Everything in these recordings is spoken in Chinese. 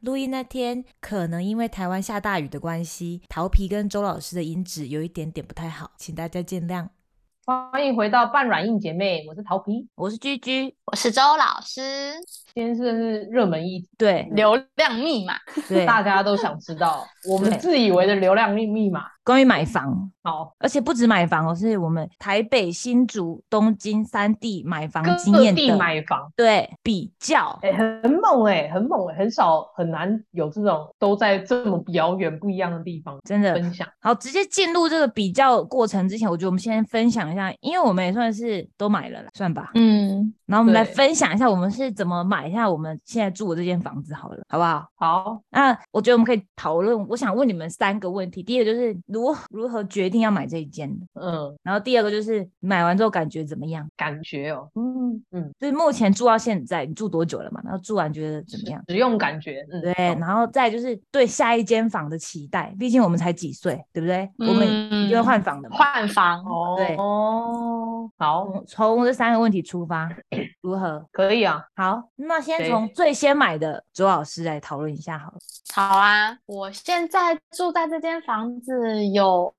录音那天可能因为台湾下大雨的关系，桃皮跟周老师的音质有一点点不太好，请大家见谅。 欢迎回到半软硬姐妹，我是桃皮， 我是居居， 我是周老师。 今天是热门议题， 对流量密码， 对， 大家都想知道我们自以为的流量密码。 关于买房， 好， 而且不止买房，是我们台北、新竹、东京3地买房经验的各地买房， 对比较， 很猛很猛很难有这种都在这么遥远不一样的地方真的分享。 好，直接进入这个比较过程之前，我觉得我们先分享一下，因为我们也算是都买了啦，算吧。然后我们来分享一下我们是怎么买一下我们现在住的这间房子好了，好不好？ 好， 那我觉得我们可以讨论，我想问你们3个问题。第一个就是如何决定要买这一间的，然后第二个就是买完之后感觉怎么样？ 感觉就是目前住到现在，你住多久了嘛？然后住完觉得怎么样？ 使用感觉， 对，然后再就是对下一间房的期待，毕竟我们才几岁，对不对？我们一定会换房的嘛。 换房对好， 从这3个问题出发，如何？ 可以啊。 好，那先从最先买的周老师来讨论一下好了。 好啊，我现在住在这间房子有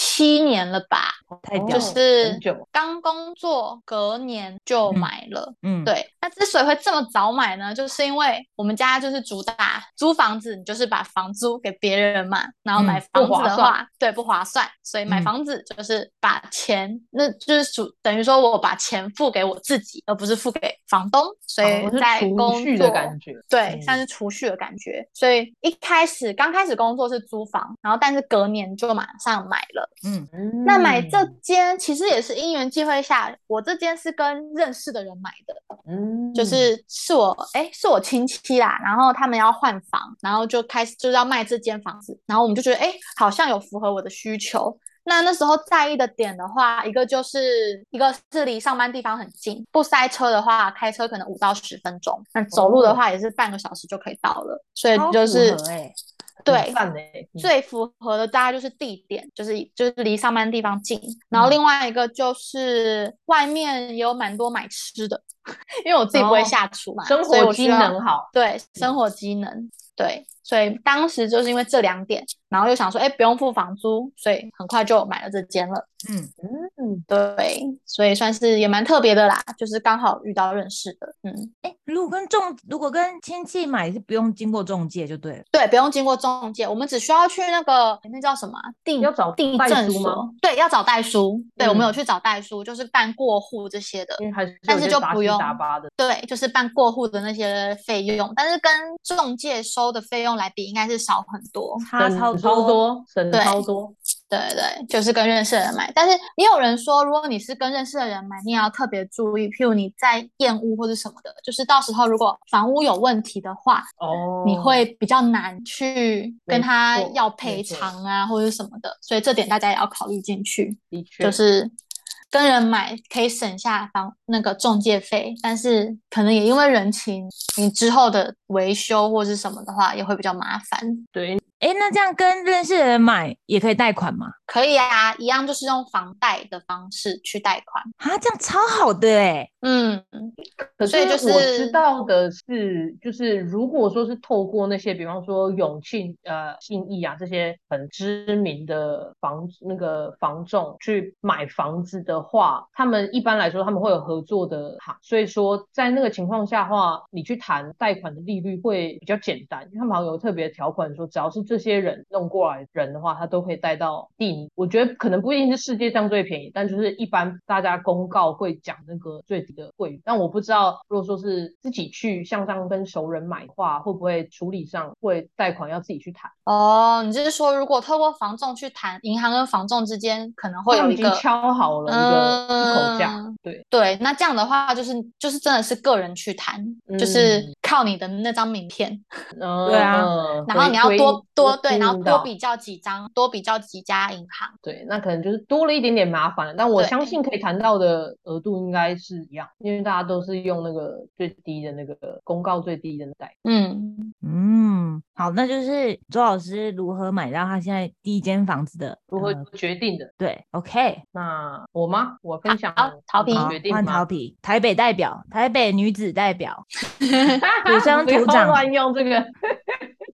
7年了吧， 太屌了， 就是刚工作隔年就买了。对，那之所以会这么早买呢，就是因为我们家就是主打租房子，你就是把房租给别人嘛，然后买房子的话，对，不划算，所以买房子就是把钱，那就是等于说我把钱付给我自己，而不是付给房东，所以在工作的感觉， 对，像是储蓄的感觉，所以刚开始工作是租房，然后但是隔年就马上买了。那买这间其实也是因缘际会下，我这间是跟认识的人买的，是我亲戚啦，然后他们要换房，然后就开始就是要卖这间房子，然后我们就觉得好像有符合我的需求。那时候在意的点的话，一个是离上班地方很近，不塞车的话，开车可能5到10分钟，那走路的话也是半个小时就可以到了，所以就是对，最符合的大概就是地点，就是离上班地方近，然后另外一个就是外面也有蛮多买吃的，因为我自己不会下厨嘛， 生活机能好， 对，生活机能，对，所以当时就是因为这2点，然后又想说，不用付房租，所以很快就买了这间了。对，所以算是也蛮特别的啦，就是刚好遇到认识的。 如果跟亲戚买是不用经过中介就对了。 对，不用经过中介，我们只需要去那叫什么地政所，对，要找代书。对，我们有去找代书，就是办过户这些的，但是就不用对，就是办过户的那些费用，但是跟中介收的费用来比，应该是少很多， 省超多。 对对，就是跟认识的人买，但是也有人说，如果你是跟认识的人买，你也要特别注意，譬如你在验屋或者什么的，就是到时候如果房屋有问题的话，你会比较难去跟他要赔偿啊或者什么的，所以这点大家也要考虑进去。 的确， 就是跟人买可以省下那个中介费，但是可能也因为人情，你之后的维修或是什么的话，也会比较麻烦。 对。 那这样跟认识的人买也可以贷款吗？ 可以啊，一样就是用房贷的方式去贷款啊，这样超好的可是我知道的是，就是如果说是透过那些，比方说永庆、信义啊这些很知名的房仲去买房子的话，他们一般来说他们会有合作的行，所以说在那个情况下的话，你去谈贷款的利率会比较简单，因为他们好像有特别条款说，只要是这些人弄过来的人的话，他都可以贷到定。我觉得可能不一定是世界上最便宜，但就是一般大家公告会讲那个最低的汇率。但我不知道，如果说是自己去像这样跟熟人买的话，会不会处理上会贷款要自己去谈？ 你就是说，如果透过房仲去谈，银行跟房仲之间可能会有一个已经敲好了一口价， 对，那这样的话就是真的是个人去谈，就是靠你的那张名片， 对啊， 然后你要然后多比较几家银行， 对，那可能就是多了一点点麻烦，但我相信可以谈到的额度应该是一样，因为大家都是用那个最低的那个公告最低的贷。 好，那就是周老师如何买到他现在第一间房子的， 如何决定的？ 对 ，OK， 那我吗？我分享桃皮决定吗？ 换桃皮，台北代表，台北女子代表，土生土长， 乱用这个。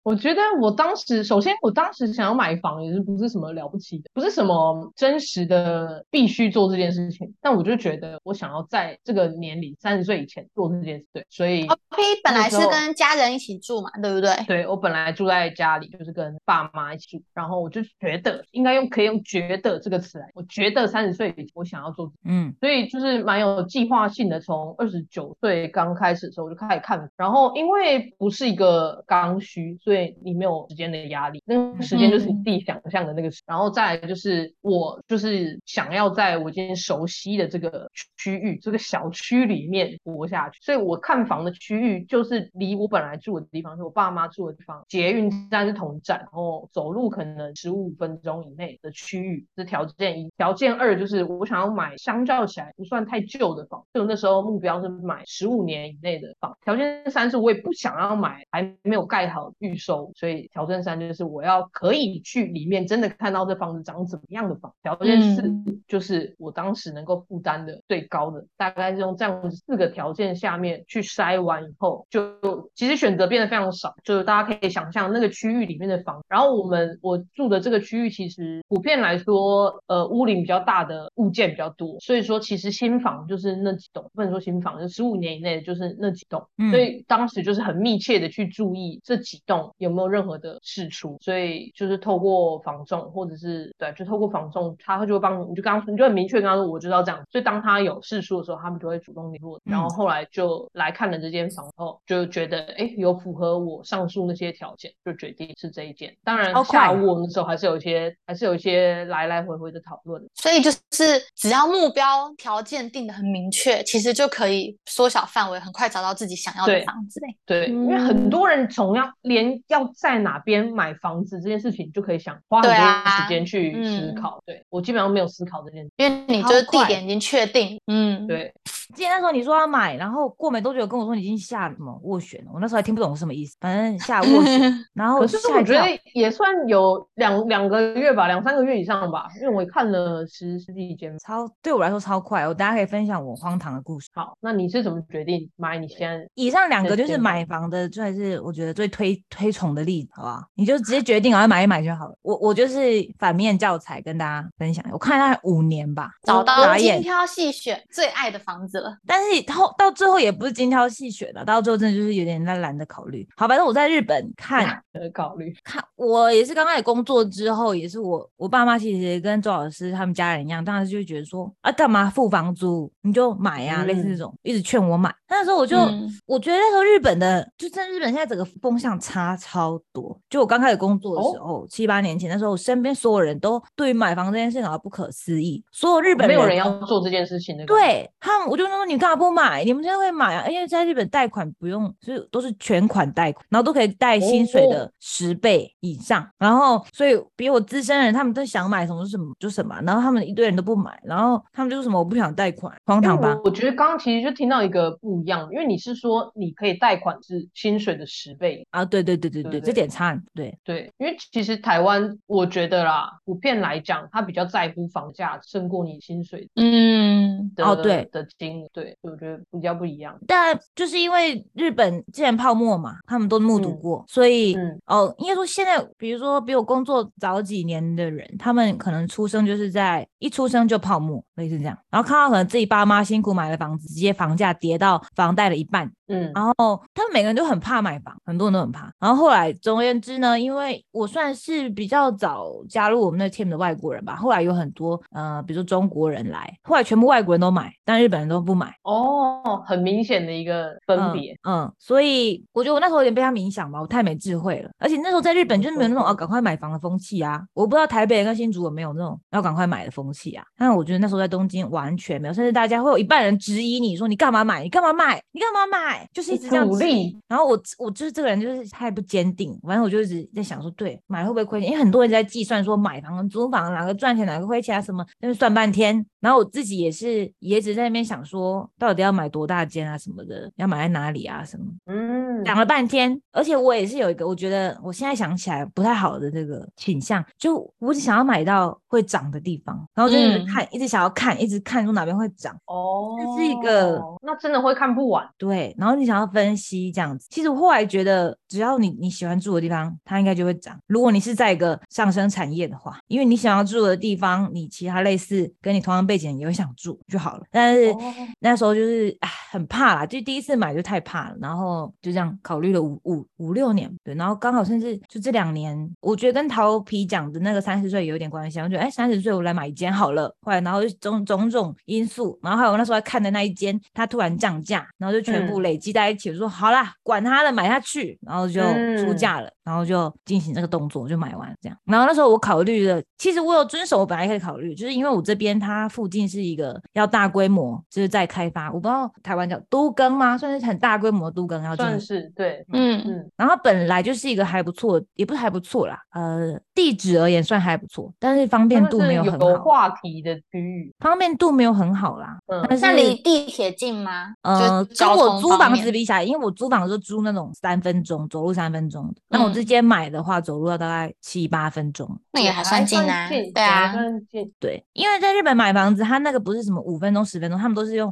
我觉得首先我当时想要买房也是不是什么了不起的，不是什么真实的必须做这件事情，但我就觉得我想要在这个年龄30岁以前做这件事，对，所以 OP 本来是跟家人一起住嘛，对不对？ 对，我本来住在家里，就是跟爸妈一起住，然后我就觉得应该可以用觉得这个词来，我觉得30岁以前我想要做，所以就是蛮有计划性的，从29岁刚开始的时候我就开始看，然后因为不是一个刚需，所以你没有时间的压力，那个时间就是你自己想象的那个然后再来就是我就是想要在我已经熟悉的这个区域这个小区里面活下去，所以我看房的区域就是离我本来住的地方，是我爸妈住的地方，捷运站是同站，然后走路可能15分钟以内的区域，是条件一。条件二就是我想要买相较起来不算太旧的房，就那时候目标是买15年以内的房。条件三是我也不想要买还没有盖好预售，所以条件三就是我要可以去里面真的看到这房子长怎么样的房。条件四就是我当时能够负担的最高的，大概是用这样子4个条件下面去筛完以后，就其实选择变得非常少，就是大家可以想象那个区域里面的房，然后我住的这个区域其实普遍来说屋龄比较大的物件比较多，所以说其实新房就是那几栋，不能说新房，就15年以内的就是那几栋，所以当时就是很密切的去注意这几栋有没有任何的释出，所以就是透过房仲或者是对，就透过房仲，他就会帮你，你就很明确跟他说我就要这样，所以当他有释出的时候，他们就会主动联络，然后后来就来看了这间房后，就觉得有符合我上述那些条件，就决定是这一间。当然下午那时候还是有一些来来回回的讨论， 所以就是只要目标条件定得很明确，其实就可以缩小范围，很快找到自己想要的房子。 对，因为很多人连要在哪边买房子这件事情就可以花很多时间去思考。对，我基本上没有思考这件事， 因为你就是地点已经确定。 对。 记得那时候你说要买，然后过没多久跟我说你已经下什么斡旋了，我那时候还听不懂是什么意思，反正下斡旋，然后可是我觉得也算有两个月吧，2-3个月以上吧，因为我看了十几间， 对我来说超快，我大家可以分享我荒唐的故事。 好，那你是怎么决定买你现在？ 以上2个就是买房的，就还是我觉得最推崇的例子，好不好？你就直接决定好要买一买就好了。我就是反面教材跟大家分享，我看大概5年吧， 找到精挑细选最爱的房子了。 但是到最后也不是精挑细选了，到最后真的就是有点懒得考虑。好，反正我在日本看，我也是刚开始工作之后，也是我爸妈其实跟周老师他们家人一样，当时就会觉得说啊，干嘛付房租，你就买啊，类似这种，一直劝我买。那时候我觉得那时候日本的，就真的日本现在整个风向差超多。就我刚开始工作的时候，7-8年前，那时候我身边所有人都对于买房这件事情好不可思议，所有日本人没有人要做这件事情的。 对他们，我就说你干嘛不买？你们现在会买啊？因为在日本贷款不用，都是全款贷款，然后都可以贷薪水的10倍以上。然后所以比我资深的人，他们都想买什么就什么，然后他们一堆人都不买，然后他们就说什么我不想贷款，荒唐吧？ 我觉得刚刚其实就听到一个不一样，因为你是说你可以贷款是薪水的10倍啊？对，这点差很对， 因为其实台湾我觉得啦，普遍来讲，他比较在乎房价胜过你薪水的金额，对，我觉得比较不一样。 但就是因为日本之前泡沫嘛，他们都目睹过，所以应该说现在比如说比我工作早几年的人，他们可能就是一出生就泡沫，类似这样，然后看到可能自己爸妈辛苦买的房子，直接房价跌到房贷的1半，然后他们每个人都很怕买房，很多人都很怕。然后后来总而言之呢，因为我算是比较早加入我们那 team 的外国人吧，后来有很多比如说中国人来，后来全部外国人都买，但日本人都不买。 很明显的一个分别。 所以我觉得我那时候有点被他们影响吧，我太没智慧了。而且那时候在日本就是没有那种赶快买房的风气啊，我不知道台北跟新竹有没有那种要赶快买的风气啊。但我觉得那时候在东京完全没有，甚至大家会有一半人质疑你说你干嘛买，你干嘛买，你干嘛买，就是一直这样质疑。然后我就是这个人就是太不坚定，反正我就一直在想说，对，买会不会亏钱？因为很多人在计算说买房跟租房哪个赚钱哪个亏钱啊什么，但是算半天然后我自己也一直在那边想说到底要买多大间啊什么的，要买在哪里啊什么，讲了半天。而且我也是有一个我觉得我现在想起来不太好的这个倾向，就我只想要买到会涨的地方，然后就一直看，一直想要看，一直看说哪边会涨。这是一个， 那真的会看不完。 对，然后你想要分析这样子。其实我后来觉得只要你喜欢住的地方它应该就会涨，如果你是在一个上升产业的话，因为你想要住的地方你其他类似跟你同样背景也会想住就好了。但是那时候就是很怕啦，就第一次买就太怕了，然后就这样考虑了五六年。对，然后刚好甚至就这2年，我觉得跟桃皮讲的那个30岁有点关系，我觉得30岁我来买一间好了。后来然后就种种因素，然后还有那时候还看的那一间它突然降价，然后就全部累积在一起，我说好啦，管它的，买下去，然后就出价了，然后就进行这个动作，就买完这样。然后那时候我考虑了，其实我有遵守我本来可以考虑，就是因为我这边它附近是一个要大规模就是在开发，我不知道台湾叫都更吗？算是很大规模的都更要进行， 算是对， 然后本来就是一个还不错，也不是还不错啦，地址而言算还不错，但是方便度没有很好， 有话题的区域， 方便度没有很好啦。但是那离地铁近吗？ 跟我租房子比起来，因为我租房子就租那种3分钟，走路3分钟的。那我之前买的话，走路要大概7、8分钟， 那也还算近啊。对啊， 对，因为在日本买房子，它那个不是什么5分钟、10分钟，他们都是用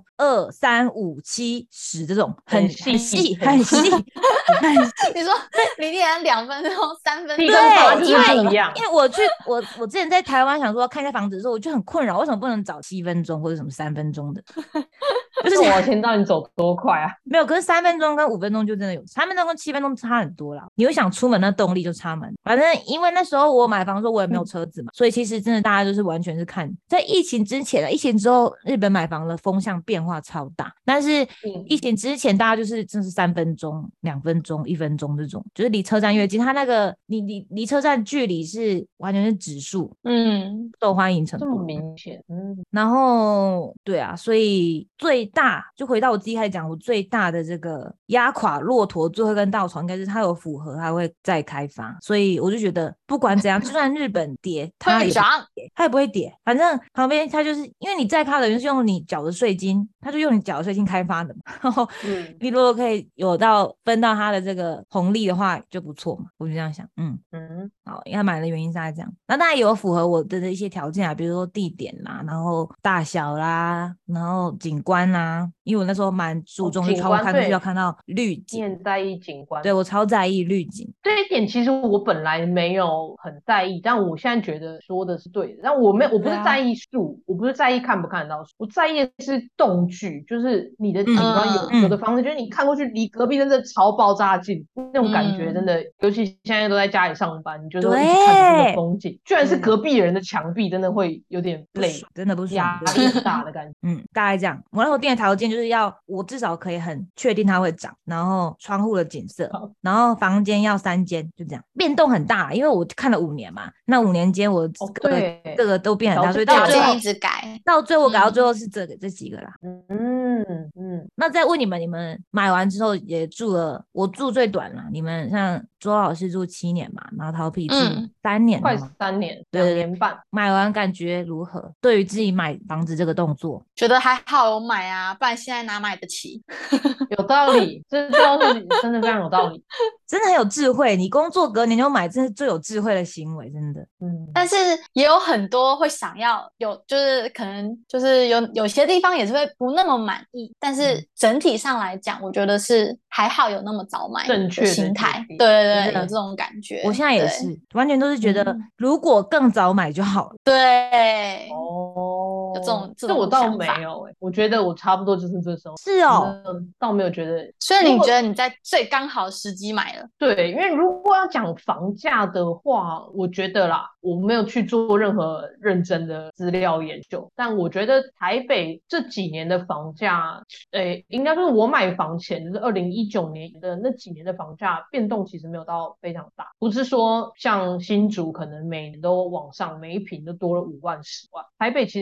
2、3、5、7、10这种很细。 你说离地铁2分钟、3分钟， 对， 因为我之前在台湾想说要看一下房子的时候，我就很困扰，为什么不能找7分钟或者什么3分钟的？ 就是我先到你走多快啊？ 没有，可是3分钟跟5分钟就真的有，3分钟跟7分钟差很多啦。你会想出门的动力就差蛮。反正因为那时候我买房的时候我也没有车子嘛，所以其实真的大家就是完全是看在疫情之前，疫情之后日本买房的风向变化超大，但是疫情之前大家就是真的是3分钟、2分钟、1分钟这种，就是离车站越近，它那个你离车站距离是完全是指数，受欢迎程度这么明显， 然后对啊，所以最大就回到我自己开始讲，我最大的这个压垮骆驼最后一根稻草应该是它有符合，它会再开发，所以我就觉得不管怎样，就算日本跌，它也不会跌，反正旁边它就是因为你再开的人是用你缴的税金，它就用你缴的税金开发的嘛，然后你如果可以有到分到它的这个红利的话就不错嘛，我就这样想，好，因为他买的原因是在这样，那当然也有符合我的一些条件啊，比如说地点啦，然后大小啦，然后景观啦，因为我那时候蛮注重去看出去要看到绿景， 你很在意景观， 对，我超在意绿景。 这一点其实我本来没有很在意，但我现在觉得说的是对的。但我不是在意树，我不是在意看不看得到树，我在意的是动距，就是你的景观有的房子，就是你看过去离隔壁真的超爆炸近，那种感觉真的，尤其现在都在家里上班，你就是会一直看着这个风景，居然是隔壁人的墙壁，真的会有点累， 真的不爽， 压力很大的感觉。 大概这样。我那时候定的条件就是要我至少可以很确定它会涨，然后窗户的景色，然后房间要3间，就这样，变动很大，因为我看了5年嘛，那5年间我各个都变很大，所以到最后一直改， 到最后我改到最后是这几个啦。那再问你们买完之后也住了，我住最短啦，你们像周老师住7年嘛，然后陶皮住3年， 快3年，2年半。 买完感觉如何？对于自己买房子这个动作， 觉得还好有买啊，不然现在哪买得起？ 有道理，这倒是真的非常有道理， 真的很有智慧。你工作隔年就买，真是最有智慧的行为，真的。 但是也有很多会想要有，就是可能就是有些地方也是会不那么满意，但是整体上来讲，我觉得是还好有那么早买的心态，对，有这种感觉。 我现在也是，完全都是觉得如果更早买就好了。 对，有这种我倒没有我觉得我差不多就是这时候。 是哦， 倒没有觉得。 所以你觉得你在最刚好的时机买了？ 对，因为如果要讲房价的话，我觉得啦，我没有去做任何认真的资料研究，但我觉得台北这几年的房价，应该说是我买房前，就是2019年的那几年的房价变动其实没有到非常大，不是说像新竹可能每年都往上，每一坪都多了5万10万，台北其实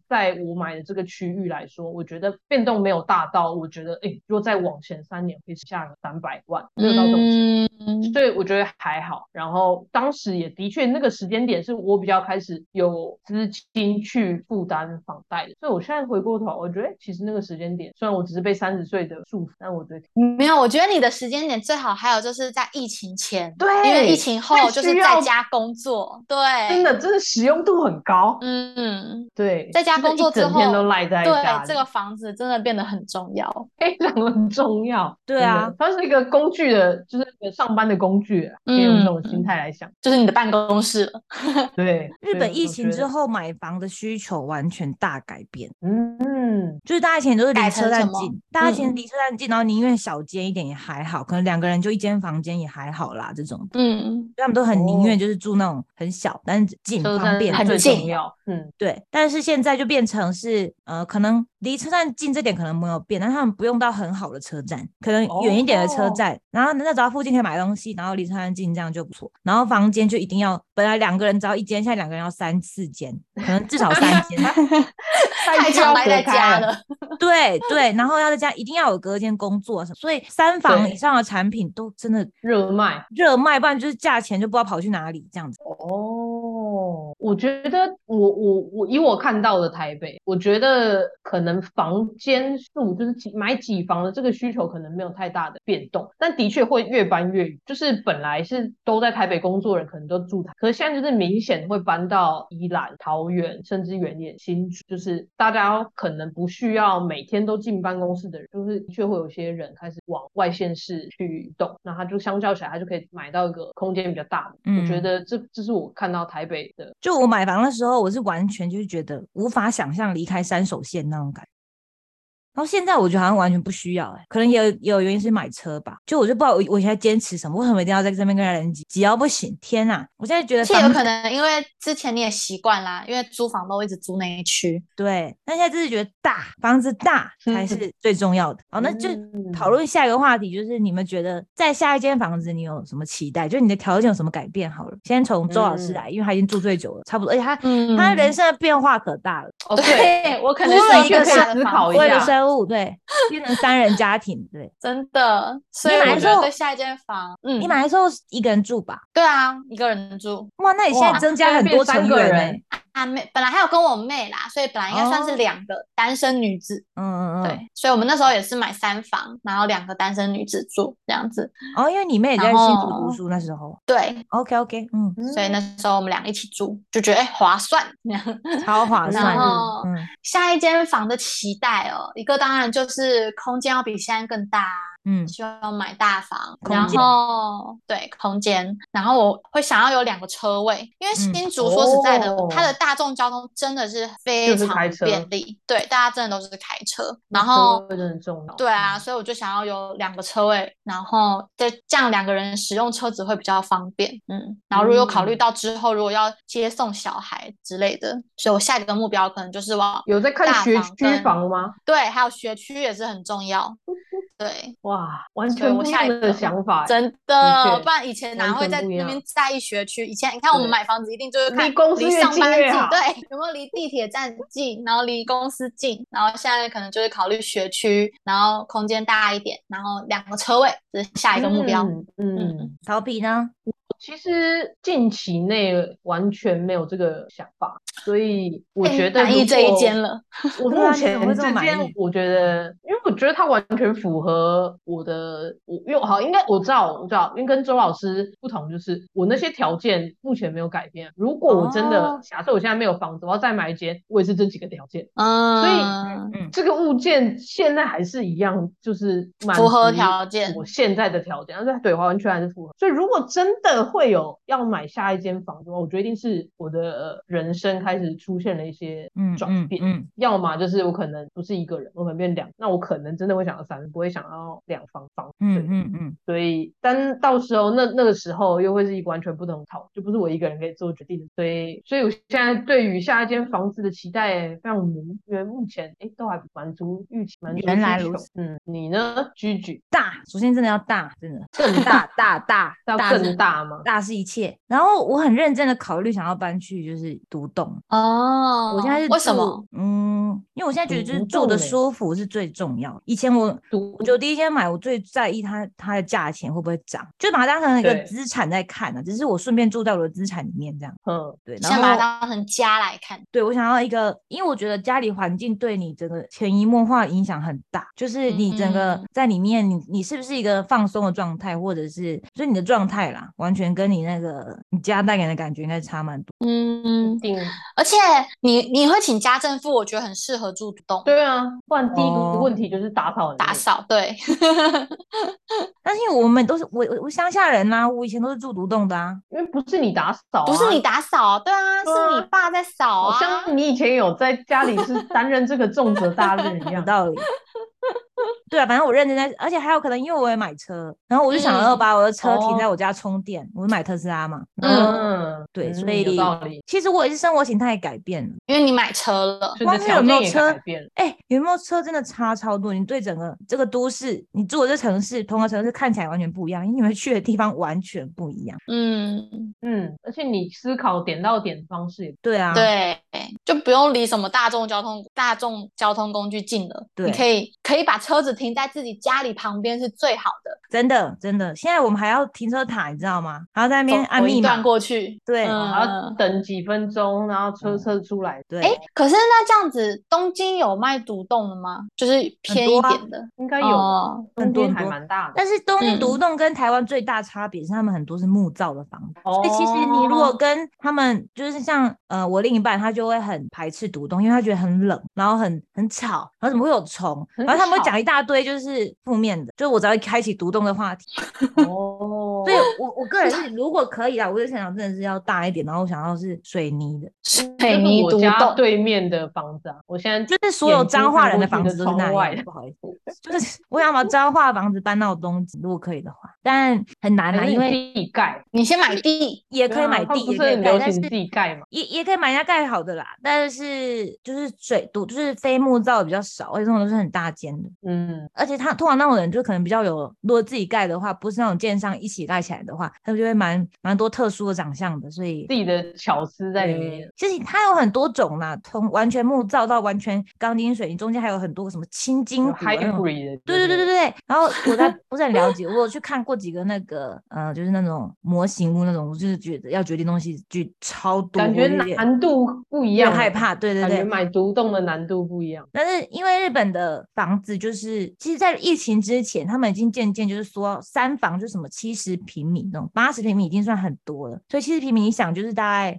在我买的这个区域来说，我觉得变动没有大到我觉得如果再往前3年可以下个300万，没有到这种程度，所以我觉得还好。然后当时也的确那个时间点是我比较开始有资金去负担房贷的，所以我现在回过头我觉得其实那个时间点虽然我只是被30岁的束缚，但我觉得没有，我觉得你的时间点最好还有就是在疫情前， 对， 因为疫情后就是在家工作，对， 真的使用度很高，对， 在家工作之后， 一整天都赖在家里， 对，这个房子真的变得很重要， 非常的重要， 对啊， 它是一个工具的，就是一个上班的工具，可以用这种心态来想， 就是你的办公室了。 对， 日本疫情之后买房的需求完全大改变，就是大家以前都是离车站近，大家以前离车站近，然后宁愿小间一点也还好，可能2个人就一间房间也还好啦，这种，他们都很宁愿就是住那种很小但是近方便很最重要， 对。但是现在就变成是可能离车站近这点可能没有变，但他们不用到很好的车站，可能远一点的车站，然后那只要附近可以买东西，然后离车站近，这样就不错。然后房间就一定要，本来2个人只要1间，现在2个人要3、4间，可能至少3间， 太常待在家了。 对对，然后要在家一定要有隔间工作，所以3房以上的产品都真的热卖， 不然就是价钱就不知道跑去哪里这样子。 我觉得我以我看到的台北，我觉得可能房间数就是买几房的这个需求可能没有太大的变动，但的确会越搬越远，就是本来是都在台北工作的人可能都住台，可是现在就是明显会搬到宜兰、桃园，甚至远点新竹，就是大家可能不需要每天都进办公室的人，就是的确会有些人开始往外县市去移动，那他就相较起来他就可以买到一个空间比较大的，我觉得这是我看到台北的。 就我买房的时候，我是完全就是觉得无法想象离开山手线那种感觉。然后现在我觉得好像完全不需要，可能也有原因是买车吧，就我就不知道我现在坚持什么，为什么一定要在这边跟人挤到不行？天哪！我现在觉得这有可能因为之前你也习惯啦，因为租房都一直租那一区， 对。但现在就是觉得房子大才是最重要的。好，那就讨论下一个话题，就是你们觉得在下一间房子你有什么期待？就你的条件有什么改变？好了，先从周老师来，因为他已经住最久了，差不多，而且他人生的变化可大了。 对，我可能是一个思考一下生物，对，变成3人家庭，对， 真的。所以我觉得对下一间房， 你买的时候1个人住吧？ 对啊，1个人住。 哇，那你现在增加很多成员本来还有跟我妹啦，所以本来应该算是2个单身女子。对，所以我们那时候也是买3房，然后2个单身女子住这样子。 因为你妹也在新竹读书那时候。 对 ，OK， 所以那时候我们2个一起住，就觉得划算， 超划算。 然后下一间房的期待一个当然就是空间要比现在更大。希望买大房，然后对空间，然后我会想要有2个车位，因为新竹说实在的，它的大众交通真的是非常便利，对，大家真的都是开车，然后车位真的很重要， 对啊，所以我就想要有2个车位，然后这样2个人使用车子会比较方便，然后如果有考虑到之后如果要接送小孩之类的，所以我下一个目标可能就是往有在看学区房吗？ 对，还有学区也是很重要。对， 哇，完全不一样的想法， 真的，不然以前哪会在那边在意学区？以前你看我们买房子一定就是看离上班近，对，有没有离地铁站近，然后离公司近，然后现在可能就是考虑学区，然后空间大一点，然后2个车位，这是下一个目标。 陶皮呢？ 其实近期内完全没有这个想法，所以我觉得满意这一间了。 我目前这间我觉得，因为我觉得它完全符合我的，因为好应该我知道，因为跟周老师不同，就是我那些条件目前没有改变。如果我真的假设我现在没有房子，我要再买一间，我也是这几个条件。所以这个物件现在还是一样，就是符合条件， 我现在的条件，对，完全还是符合。所以如果真的会有要买下一间房子，我觉得一定是我的人生开始出现了一些转变，要么就是我可能不是1个人，我可能变2，那我可能真的会想要3，不会想要2房。所以但到时候那个时候又会是一个完全不同的讨论，就不是我1个人可以做决定的。所以我现在对于下一间房子的期待非常模糊，因为目前都还满足预期， 原来如此。 你呢？居大，首先真的要大，真的更大大要更大吗？ 大是一切。然后我很认真的考虑想要搬去就是独栋， 哦。 我现在是为什么？ 因为我现在觉得就是住的舒服是最重要。以前我就第一间买，我最在意它的价钱会不会涨，就把它当成一个资产在看的，只是我顺便住在我的资产里面这样。对，然后先把它当成家来看。 对，我想要一个，因为我觉得家里环境对你整个潜移默化影响很大，就是你整个在里面，你是不是一个放松的状态，或者是就是你的状态啦，完全跟你那个你家带给人的感觉应该差蛮多。 而且你会请家政妇，我觉得很适合住独栋。 对啊，不然第一个问题就是打扫。 对。 但是我们都是我乡下人啊，我以前都是住独栋的啊。 因为不是你打扫不是你打扫，对啊，是你爸在扫啊。 好像你以前有在家里是担任这个重责大任一样。 有道理。对啊，反正我认真在，而且还有可能因为我也买车，然后我就想要把我的车停在我家充电，我买特斯拉嘛。对，所以有道理。 其实我也是生活形态改变了， 因为你买车了。 光是有没有车，有没有车真的差超多。你对整个这个都市，你住的这城市，同个城市看起来完全不一样，因为你们去的地方完全不一样。 而且你思考点到点的方式也对啊， 对，就不用离什么大众交通工具近了。对，你可以把车子停在自己家里旁边是最好的。 真的，现在我们还要停车塔，你知道吗？还要在那边按密码过去。 对， 还要等几分钟，然后车出来。 对， 可是那这样子，东京有卖独栋的吗？就是偏一点的， 应该有，东京还蛮大的。 但是东京独栋跟台湾最大差别是，他们很多是木造的房子，所以其实你如果跟他们就是像我另一半，他就会很排斥独栋，因为他觉得很冷，然后很吵，然后怎么会有虫，然后他们会讲一大堆就是负面的，就是我只要开启独栋的话题。所以我个人是如果可以啦，我就想真的是要大一点，然后我想要是水泥的， 水泥独栋。 我家对面的房子啊，我现在就是所有彰化人的房子都是那样，不好意思，就是我想把彰化房子搬到东京，如果可以的话，但很难啦，因为自己盖， 你先买地也可以买地， 也可以盖，但是自己盖嘛， 也可以买人家盖好的啦，但是就是就是非木造的比较少，而且这种都是很大间的，而且他通常那种人就可能比较有，如果自己盖的话，不是那种建商一起盖起来的话，他就会蛮多特殊的长相的，所以自己的巧思在里面。 其实它有很多种啦，从完全木造到完全钢筋水泥，中间还有很多什么轻筋骨 ，hybrid 的。 对。然后我不是很了解，我有去看过几个那个就是那种模型屋那种，我就是觉得要决定东西就超多， 感觉难度不一样， 害怕。对， 感觉买独栋的难度不一样。 但是因为日本的房子就是，其实在疫情之前，他们已经渐渐就是说三房就什么70平米那种，80平米已经算很多了，所以70平米你想就是大概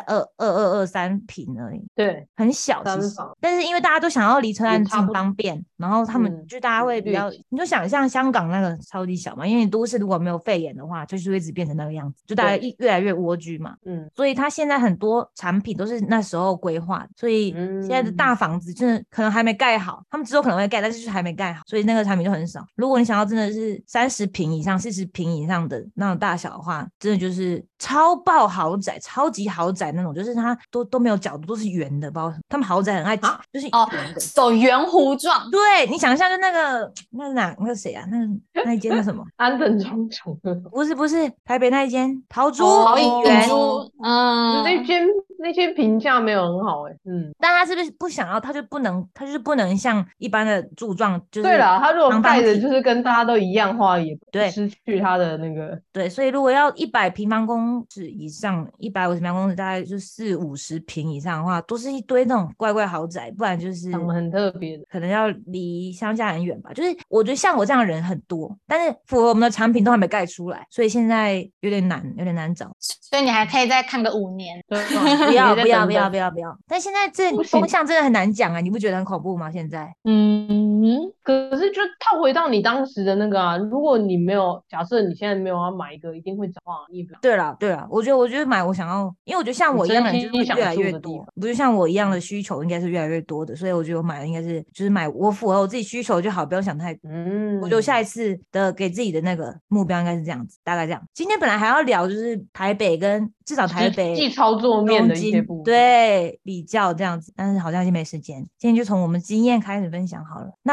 23平而已， 对， 很小其实。但是因为大家都想要离车站近方便，然后他们就大家会比较，你就想像香港那个超级小嘛，因为你都市如果没有肺炎的话，就是会一直变成那个样子，就大家越来越蜗居嘛。所以他现在很多产品都是那时候规划的，所以现在的大房子真的可能还没盖好，他们之后可能会盖，但是就是还没盖好，所以那个产品就很少。如果你想要真的是30平以上、40平以上的那种大小的话，真的就是超爆豪宅、超级豪宅那种，就是它都没有角度，都是圆的，包括他们豪宅很爱就是走圆弧状。 对，你想象就那个谁啊？那一间那什么安藤忠雄？ 不是台北那一间陶珠园， 那间评价没有很好但他是不是不想要？他就是不能像一般的柱状，就是对啦，他如果盖的就是跟大家都一样的话，也对失去他的那个对，所以如果要100平方公尺以上，150平方公尺大概就40-50平以上的话，都是一堆那种怪豪宅，不然就是长得很特别的， 可能要离乡下很远吧。就是我觉得像我这样的人很多，但是符合我们的产品都还没盖出来，所以现在有点难找。 所以你还可以再看个5年。 不要！但现在这风向真的很难讲啊，你不觉得很恐怖吗？现在可是就套回到你当时的那个啊，如果你没有，假设你现在没有要买一个，一定会找啊，你也不要。 对啦，我觉得买我想要，因为我觉得像我一样的人就是越来越多，不是像我一样的需求应该是越来越多的，所以我觉得我买的应该是就是买我符合我自己需求就好，不用想太多。我觉得下一次的给自己的那个目标应该是这样子，大概这样。今天本来还要聊就是台北跟至少台北实际操作面的一些部分， 对比较这样子，但是好像已经没时间。今天就从我们经验开始分享好了。那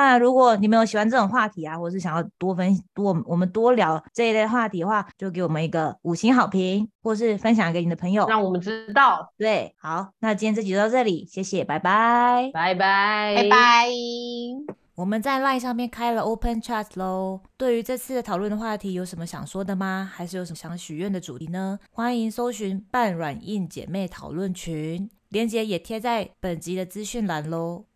那如果你们有喜欢这种话题啊，或是想要我们多聊这一类话题的话，就给我们一个5星好评，或是分享给你的朋友， 让我们知道。 对，好，那今天这集就到这里，谢谢，拜拜， 拜拜， 拜拜。 我们在 LINE 上面开了 Open Chat 咯，对于这次的讨论的话题有什么想说的吗？还是有什么想许愿的主题呢？欢迎搜寻半软硬姐妹讨论群，连结也贴在本集的资讯栏咯。